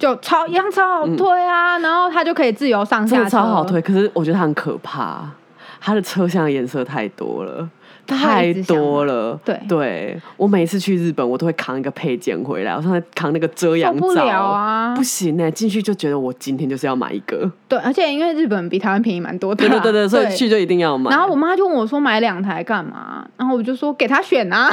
就超一样超好推啊、嗯，然后他就可以自由上下车， 真的超好推。可是我觉得他很可怕，他的车厢颜色太多了。太多了， 对对，我每次去日本，我都会扛一个配件回来，我上次扛那个遮阳罩，受不了啊， 不行哎、欸，进去就觉得我今天就是要买一个。 对，而且因为日本比台湾便宜蛮多的， 对对对对，所以去就一定要买。 然后我妈就问我说买两台干嘛？然后我就说给她选啊，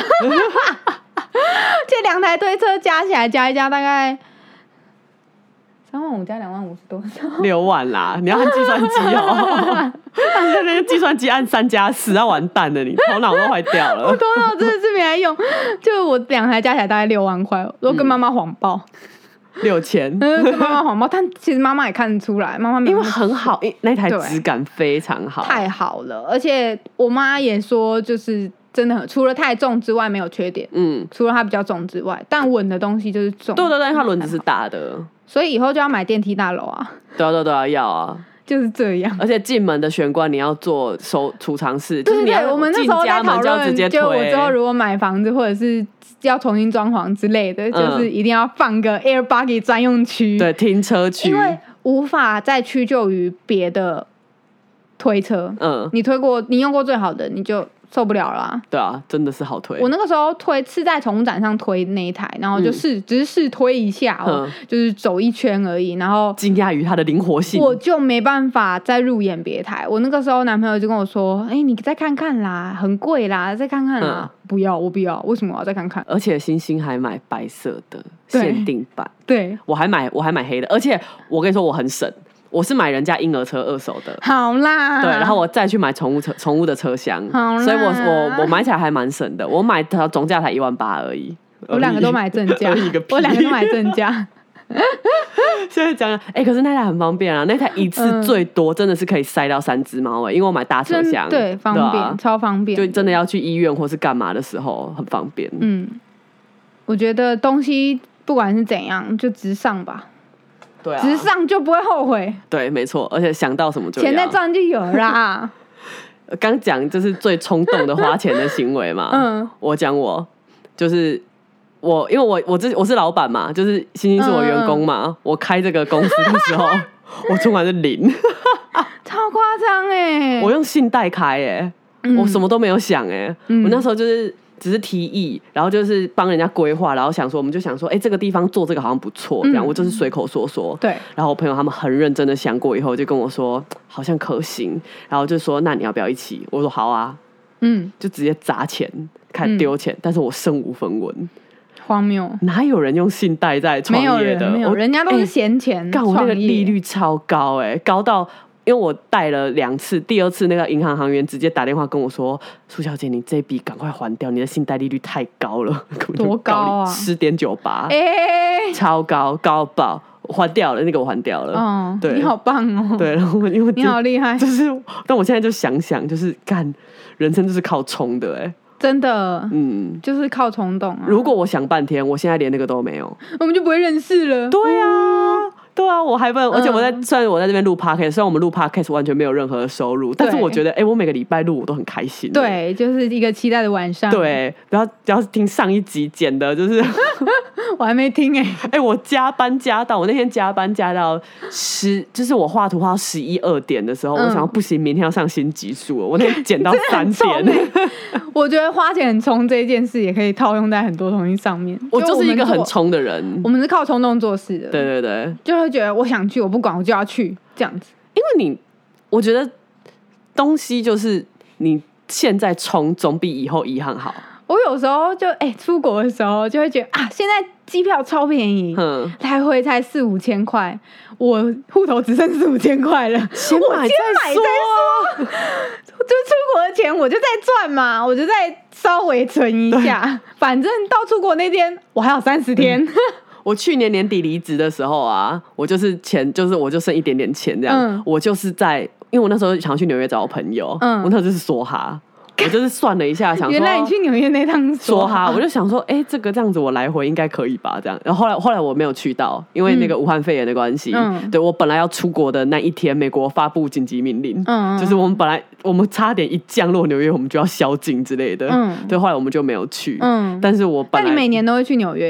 这两台推车加起来加一加大概。三万五加两万五是多少？ 六万啦！你要按计算机哦，按那个计算机按三加四，要完蛋了，你头脑都坏掉了。 我头脑真的是没来用，就我两台加起来大概六万块，我跟妈妈谎报。 六千， 跟妈妈谎报，但其实妈妈也看得出来，妈妈因为很好，那台质感非常好， 太好了，而且我妈也说，就是真的很，除了太重之外没有缺点，嗯，除了它比较重之外，但稳的东西就是重， 对对对，它轮子是大的， 所以以后就要买电梯大楼啊， 对啊对啊对啊，要啊。 就是这样， 而且进门的玄关你要做收储藏室， 对对对， 就是你要我们那时候在讨论， 就就我之后如果买房子或者是要重新装潢之类的，嗯、就是一定要放个 Air Buggy 专用区， 对，停车区， 因为无法再屈就于别的推车，嗯，你推过，你用过最好的，你就受不了了、啊。 对啊，真的是好推。 我那个时候推是在宠物展上推那一台，然后就试、嗯、只是试推一下哦、嗯，就是走一圈而已，然后惊讶于它的灵活性， 我就没办法再入眼别台。我那个时候男朋友就跟我说：“哎、欸，你再看看啦，很贵啦，再看看啦。嗯”不要，我不要，为什么我要再看看？ 而且星星还买白色的限定版， 对， 我还买我还买黑的，而且我跟你说我很省。我是买人家婴儿车二手的， 好啦， 对，然后我再去买宠物车宠物的车厢，好啦，所以我我我买起来还蛮省的，我买它总价才一万八而已， 我两个都买正价，我两个都买正价。 现在讲讲，哎、欸，可是那台很方便啊，那台一次最多真的是可以塞到三只猫哎、欸，因为我买大车厢， 对，方便、啊，超方便， 就真的要去医院或是干嘛的时候很方便。嗯， 我觉得东西不管是怎样，就直上吧。 对啊， 直上就不会后悔。 对，没错，而且想到什么就要钱再赚就有啦。 刚讲就是最冲动的花钱的行为嘛。嗯，我讲我就是我，因为我我自我是老板嘛，就是星星是我员工嘛。嗯嗯我开这个公司的时候，我存款是零， 超夸张哎！ 我用信贷开哎、欸嗯，我什么都没有想哎、欸嗯，我那时候就是。只是提议，然后就是帮人家规划，然后想说，我们就想说，哎、欸，这个地方做这个好像不错，这样、嗯、我就是随口说说。对。然后我朋友他们很认真的想过以后，就跟我说好像可行，然后就说那你要不要一起？我说好啊，嗯，就直接砸钱，开始丢钱、嗯，但是我身无分文， 荒谬， 哪有人用信贷在创业的？ 没有人，没有，人家都是闲钱。 干、欸、我那个利率超高哎、欸，高到。因为我贷了两次，第二次那个银行行员直接打电话跟我说：“苏小姐，你这笔赶快还掉，你的信贷利率太高了。” 多高啊？ 十点九八，哎，超高，高爆，还掉了，那个我还掉了。哦，对， 你好棒哦。 对，然后因为你好厉害， 就是，但我现在就想想，就是干，人生就是靠冲的、欸，哎， 真的，嗯，就是靠冲动啊。 如果我想半天，我现在连那个都没有， 我们就不会认识了。 对啊。对啊，我还不能，而且我在、嗯、虽然我在这边录 podcast， 虽然我们录 podcast 完全没有任何的收入，但是我觉得，哎、欸，我每个礼拜录我都很开心。 对，就是一个期待的晚上。 对，不要不要听上一集剪的，就是我还没听哎、欸， 哎、欸，我加班加到我那天加班加到十，就是我画图画到十一二点的时候，嗯、我想要不行，明天要上新集数了，我那天剪到三点。 欸、我觉得花钱很冲这件事也可以套用在很多东西上面。 我就是一个很冲的人， 我们是靠冲动做事的。 对对对， 就。会觉得我想去，我不管，我就要去这样子。 因为你，我觉得东西就是你现在冲总比以后遗憾好。 我有时候就哎、欸，出国的时候就会觉得啊，现在机票超便宜，嗯，来回才四五千块，我户头只剩四五千块了， 先买再说。 我先买再说，就出国的钱我就再赚嘛，我就再稍微存一下，反正到出国那天我还有三十天。嗯我去年年底离职的时候啊，我就是钱，就是我就剩一点点钱这样，嗯、我就是在，因为我那时候想去纽约找我朋友，嗯、我那时候就是梭哈，我就是算了一下，想说原来你去纽约那趟梭哈，我就想说，哎、欸，这个这样子我来回应该可以吧？这样，然后后来后来我没有去到，因为那个武汉肺炎的关系，嗯、对我本来要出国的那一天，美国发布紧急命令，嗯、就是我们本来我们差点一降落纽约，我们就要宵禁之类的，嗯、对，后来我们就没有去，嗯、但是我本来， 那你每年都会去纽约？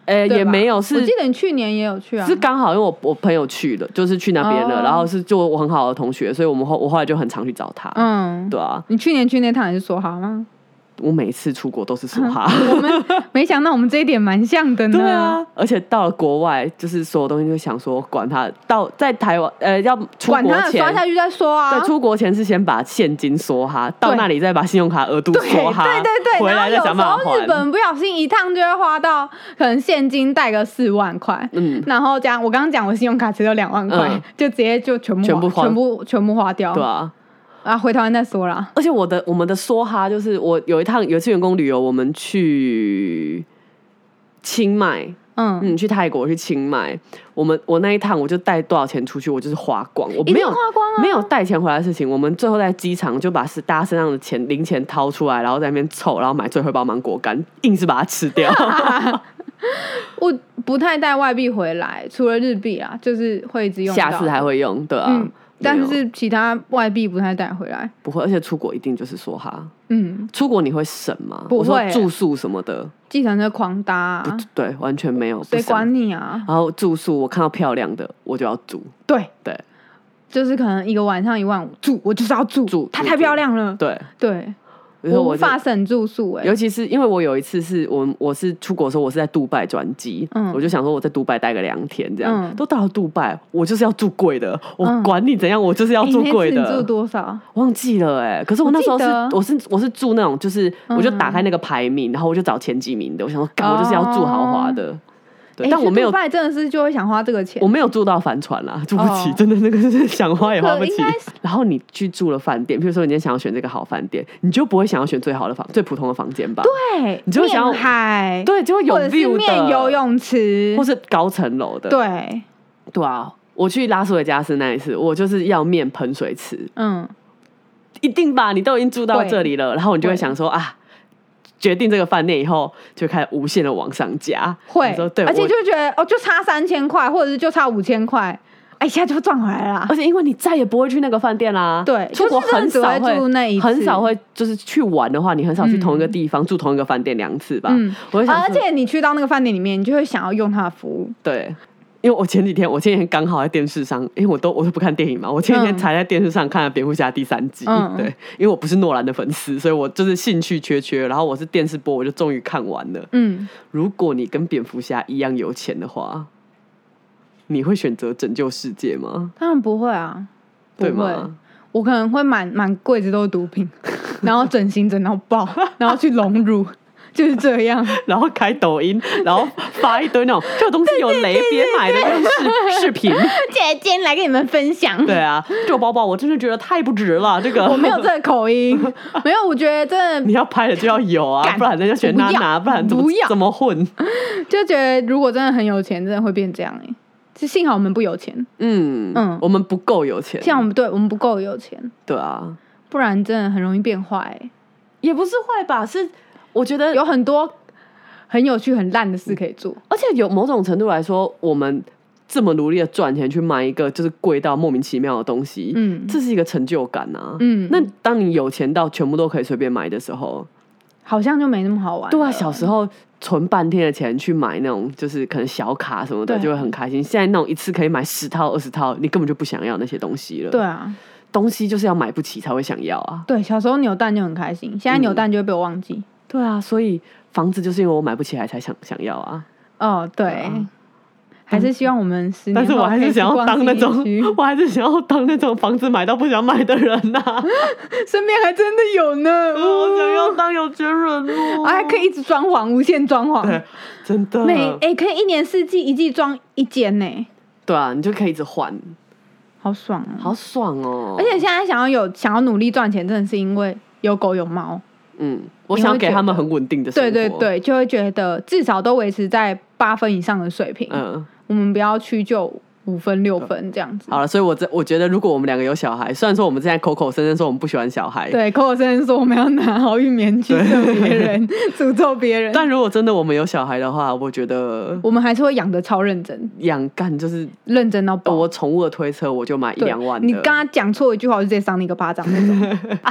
呃、欸，也没有，是我记得你去年也有去啊， 是刚好因为我我朋友去了，就是去那边了， oh. 然后是就我很好的同学，所以我们后我后来就很常去找他。嗯，对啊。 你去年去那趟也是梭哈吗？ 我每次出国都是梭哈、 嗯，我们没想到我们这一点蛮像的呢。 对啊，而且到了国外，就是所有东西就想说管他，到在台湾呃要出国前， 管他刷下去再说啊。 对，出国前是先把现金梭哈，到那里再把信用卡额度梭哈， 对对对对， 回来再想办法还。 然后有时候日本不小心一趟就会花到可能现金带个四万块，嗯，然后这样我刚刚讲我信用卡只有两万块、嗯，就直接就全部全部花全部全部花掉。 对啊。 啊，回台湾再说啦。 而且我的我们的梭哈就是我有一趟有一次员工旅游，我们去清迈，嗯嗯，去泰国去清迈，我们我那一趟我就带多少钱出去，我就是花光，我没有花光、啊、 没有带钱回来的事情。我们最后在机场就把是大家身上的钱零钱掏出来，然后在那边凑，然后买最后一包芒果干，硬是把它吃掉。 我不太带外币回来，除了日币啦，就是会一直用到， 下次还会用，对啊。嗯， 但是其他外币不太带回来， 不会，而且出国一定就是梭哈。嗯，出国你会省吗？ 不会， 住宿什么的， 计程车狂搭、啊， 对，完全没有， 谁管你啊？ 然后住宿，我看到漂亮的我就要住， 对对， 就是可能一个晚上一万五住，我就是要住，住它太漂亮了， 对对。我无法省住宿哎、欸， 尤其是因为我有一次是我我是出国的时候，我是在杜拜转机、嗯，我就想说我在杜拜待个两天这样、嗯，都到了杜拜，我就是要住贵的，我管你怎样，我就是要住贵的。 欸、你住多少？ 忘记了哎、欸，可是我那时候是我，我是我是住那种，就是我就打开那个排名，然后我就找前几名的，我想说，干、哦、我就是要住豪华的。对， 欸、 但我没有， 杜拜真的是就会想花这个钱， 我没有住到帆船啦，住不起，哦、真的那个是想花也花不起。然后你去住了饭店，比如说你今天想要选这个好饭店，你就不会想要选最好的房、最普通的房间吧？ 对， 你就会想要面海， 对，就会有 view 的， 或者是面游泳池， 或是高层楼的。 对， 对啊，我去拉斯维加斯那一次，我就是要面喷水池，嗯，一定吧？你都已经住到这里了，然后你就会想说啊。决定这个饭店以后，就开始无限的往上加， 会，对，而且就觉得哦，就差三千块，或者是就差五千块，哎，一下就赚回来了。 而且因为你再也不会去那个饭店啦， 对， 出国很少会、 就是、住那一次， 很少会就是去玩的话，你很少去同一个地方、嗯、住同一个饭店两次吧。嗯，我会想、 啊，而且你去到那个饭店里面，你就会想要用它的服务， 对。因为我前几天，我前几天刚好在电视上，因为我都我都不看电影嘛，我前几天才在电视上看了《蝙蝠侠》第三集，嗯，对，因为我不是诺兰的粉丝，所以我就是兴趣缺缺，然后我是电视播，我就终于看完了。嗯，如果你跟蝙蝠侠一样有钱的话，你会选择拯救世界吗？ 当然不会啊，不会， 对吗？ 我可能会满满柜子都是毒品，然后整形整到爆，然后去隆乳。就是这样， 然后开抖音，然后发一堆那种这个东西有雷，别买的那种视视频。 姐今天来跟你们分享。 对啊，这个包包我真的觉得太不值了。这个我没有这个口音，没有，我觉得真的你要拍的就要有啊，不然人家选娜娜，不然怎么怎么混？ 就觉得如果真的很有钱，真的会变这样哎、欸。就幸好我们不有钱， 嗯嗯，我们不够有钱， 像我们对我们不够有钱， 对啊， 不然真的很容易变坏、欸。 也不是坏吧，是。我觉得有很多很有趣、很烂的事可以做， 而且有某种程度来说，我们这么努力的赚钱去买一个就是贵到莫名其妙的东西，嗯，这是一个成就感啊。嗯，那当你有钱到全部都可以随便买的时候， 好像就没那么好玩。 对啊，小时候存半天的钱去买那种就是可能小卡什么的，就会很开心。现在那种一次可以买十套、二十套，你根本就不想要那些东西了。 对啊。 东西就是要买不起才会想要啊。 对，小时候扭蛋就很开心，现在扭蛋就会被我忘记。嗯对啊，所以房子就是因为我买不起来才想想要啊。 哦，对，啊、还是希望我们十年后， 但是我还是想要当那种，我还是想要当那种房子买到不想买的人呐、啊。 身边还真的有呢， 我想要当有钱人哦， 还可以一直装潢，无限装潢， 对，真的。 每哎、欸，可以一年四季一季装一间呢。 对啊，你就可以一直换。 好爽哦、啊， 好爽哦！ 而且现在想要有想要努力赚钱，真的是因为有狗有猫。 嗯，我想要给他们很稳定的生活。 对对对，就会觉得至少都维持在八分以上的水平。嗯，我们不要屈就五分六分这样子。 好了，所以我这我觉得，如果我们两个有小孩，虽然说我们现在口口声声说我们不喜欢小孩， 对，口口声声说我们要拿好运棉去咒别人、诅咒别人， 但如果真的我们有小孩的话，我觉得我们还是会养得超认真， 养干就是认真到爆。 我宠物的推车我就买一两万的， 你刚刚讲错一句话，我就直接赏你一个巴掌那种。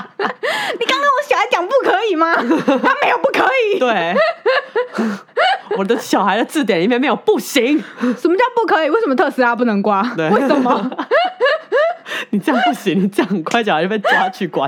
你刚刚我小孩讲不可以吗？他没有不可以。 对， 我的小孩的字典里面没有不行。 什么叫不可以？为什么特斯拉不能刮？为什么？ 你这样不行，你这样很快小孩就被抓去关。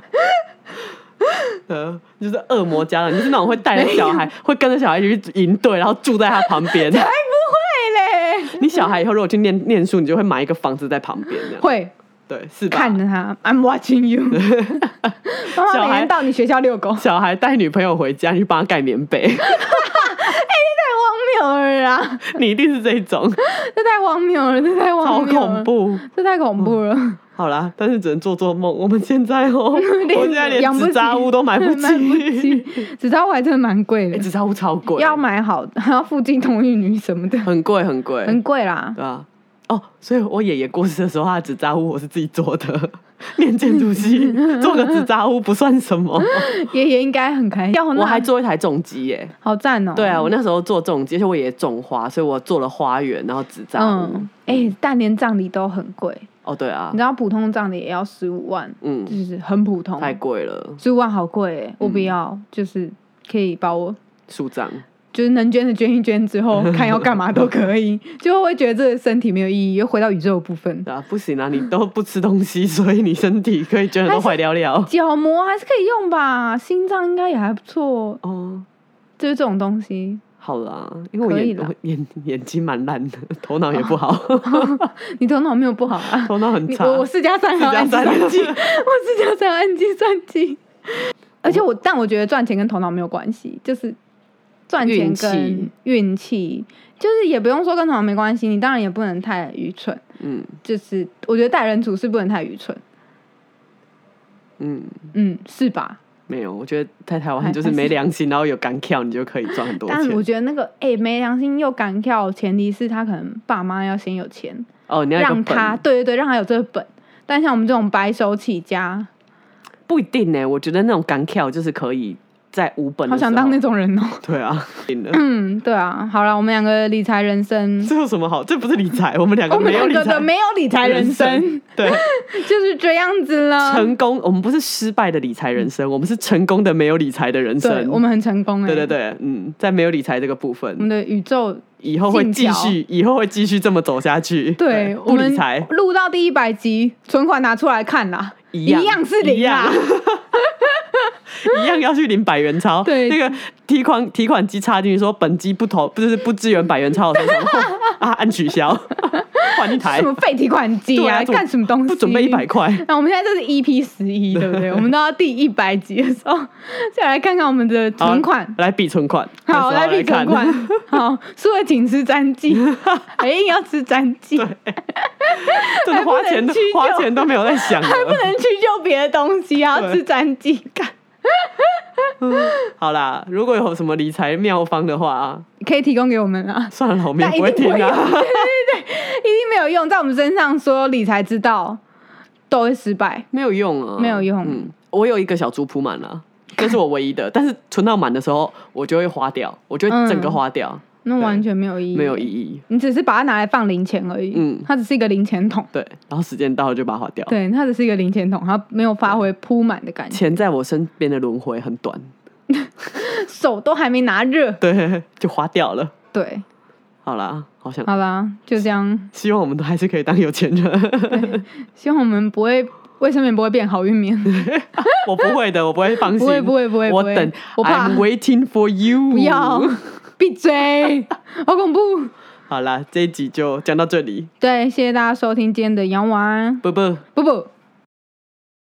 呃，就是恶魔家长，你就是那种会带着小孩，会跟着小孩一起去营队，然后住在他旁边。 才不会嘞！ 你小孩以后如果去念念书，你就会买一个房子在旁边，这样会。 对，是吧？ 看着他 ，I'm watching you。妈妈每天到你学校遛狗， 小孩带女朋友回家，你去帮他盖棉被。哎、欸， 太荒谬了啦！ 你一定是这一种， 这太荒谬了，这太荒谬了， 好恐怖， 这太恐怖了。嗯、 好啦，但是只能做做梦。我们现在哦，我现在连纸扎屋都买不起， 买不起。纸扎屋还真的蛮贵的， 纸扎屋超贵， 要买好，还要附近同育女什么的， 很贵很贵， 很贵啦。 对啊。哦，所以我爷爷过世的时候，他的纸扎屋我是自己做的。念建筑系做个纸扎屋不算什么。 爷爷应该很开心。 我还做一台重机耶， 好赞哦！ 对啊，我那时候做重机，而且我爷爷种花，所以我做了花园，然后纸扎屋。 嗯，哎、欸，但连葬礼都很贵。 哦，对啊， 你知道普通葬礼也要十五万，嗯，就是很普通， 太贵了。 十五万好贵哎，我不要，嗯、就是可以把我树葬。 就是能捐的捐一捐之后，看要干嘛都可以，就会觉得这个身体没有意义，又回到宇宙的部分。 啊，不行啊，你都不吃东西，所以你身体可以捐的都坏掉了。 角膜还是可以用吧，心脏应该也还不错哦。就是这种东西。 好啦，因为我眼我眼眼睛蛮烂的，头脑也不好。 你头脑没有不好啊？ 头脑很差。 我我四加三还要按计算机，我四加三按计算机。而且我，但我觉得赚钱跟头脑没有关系，就是。赚钱跟运气，就是也不用说跟头脑没关系，你当然也不能太愚蠢。嗯，就是我觉得待人处事不能太愚蠢。嗯嗯，是吧？ 没有，我觉得在台湾就是没良心，然后有敢跳，你就可以赚很多钱。 但我觉得那个哎、欸，没良心又敢跳，前提是他可能爸妈要先有钱哦，你要让他对对对，让他有这个本。但像我们这种白手起家， 不一定呢、欸。我觉得那种敢跳就是可以。在无本的时候， 好想当那种人哦。 对啊， 嗯，对啊。好了，我们两个理财人生， 这有什么好？这不是理财，我们两个没有理财， 我们两个的没有理财人生，人生对， 就是这样子了。 成功，我们不是失败的理财人生，我们是成功的没有理财的人生。 对，我们很成功哎、 欸。对对对，嗯，在没有理财这个部分， 我们的宇宙以后会继续，以后会继续这么走下去。 对， 不理财， 录到第一百集，存款拿出来看啦，一样, 一样是零啊。 一样要去领百元钞， 对， 那个提款提款机插进去说本机不投，不是不支援百元钞的时候，啊，按取消，换一台什么废提款机啊，干、啊、什么东西？ 不准备一百块。 那我们现在这是 E P 十一，对不对？我们到第一百集的时候，再来看看我们的存款， 来比存款。 好，来比存款。好，说了请吃詹记，还硬要吃詹记， 对，真的花钱花钱都没有在想， 还不能去就别的东西，还要吃詹记，干。 好啦，如果有什么理财妙方的话， 可以提供给我们啊。 算了，我们也不会听啊。对对对，一定没有用，在我们身上说理财之道都会失败， 没有用啊， 没有用。 嗯，我有一个小猪铺满了，这是我唯一的，但是存到满的时候，我就会花掉，我就会整个花掉。嗯， 那完全没有意义， 没有意义。 你只是把它拿来放零钱而已，嗯，它只是一个零钱桶。 对，然后时间到了就把它花掉。 对，它只是一个零钱桶，它没有发挥铺满的感觉。 钱在我身边的轮回很短， 手都还没拿热， 对，就花掉了。 对， 好啦，好像好啦，就这样。 希望我们都还是可以当有钱人。 希望我们不会。卫生棉不会变好运棉。 我不会的，我不会放心。 不会不会不会， 我等。 我怕。 I'm waiting for you。 不要，闭嘴，好恐怖。 好啦，这一集就讲到这里。 对，谢谢大家收听今天的洋娃。 不不不不。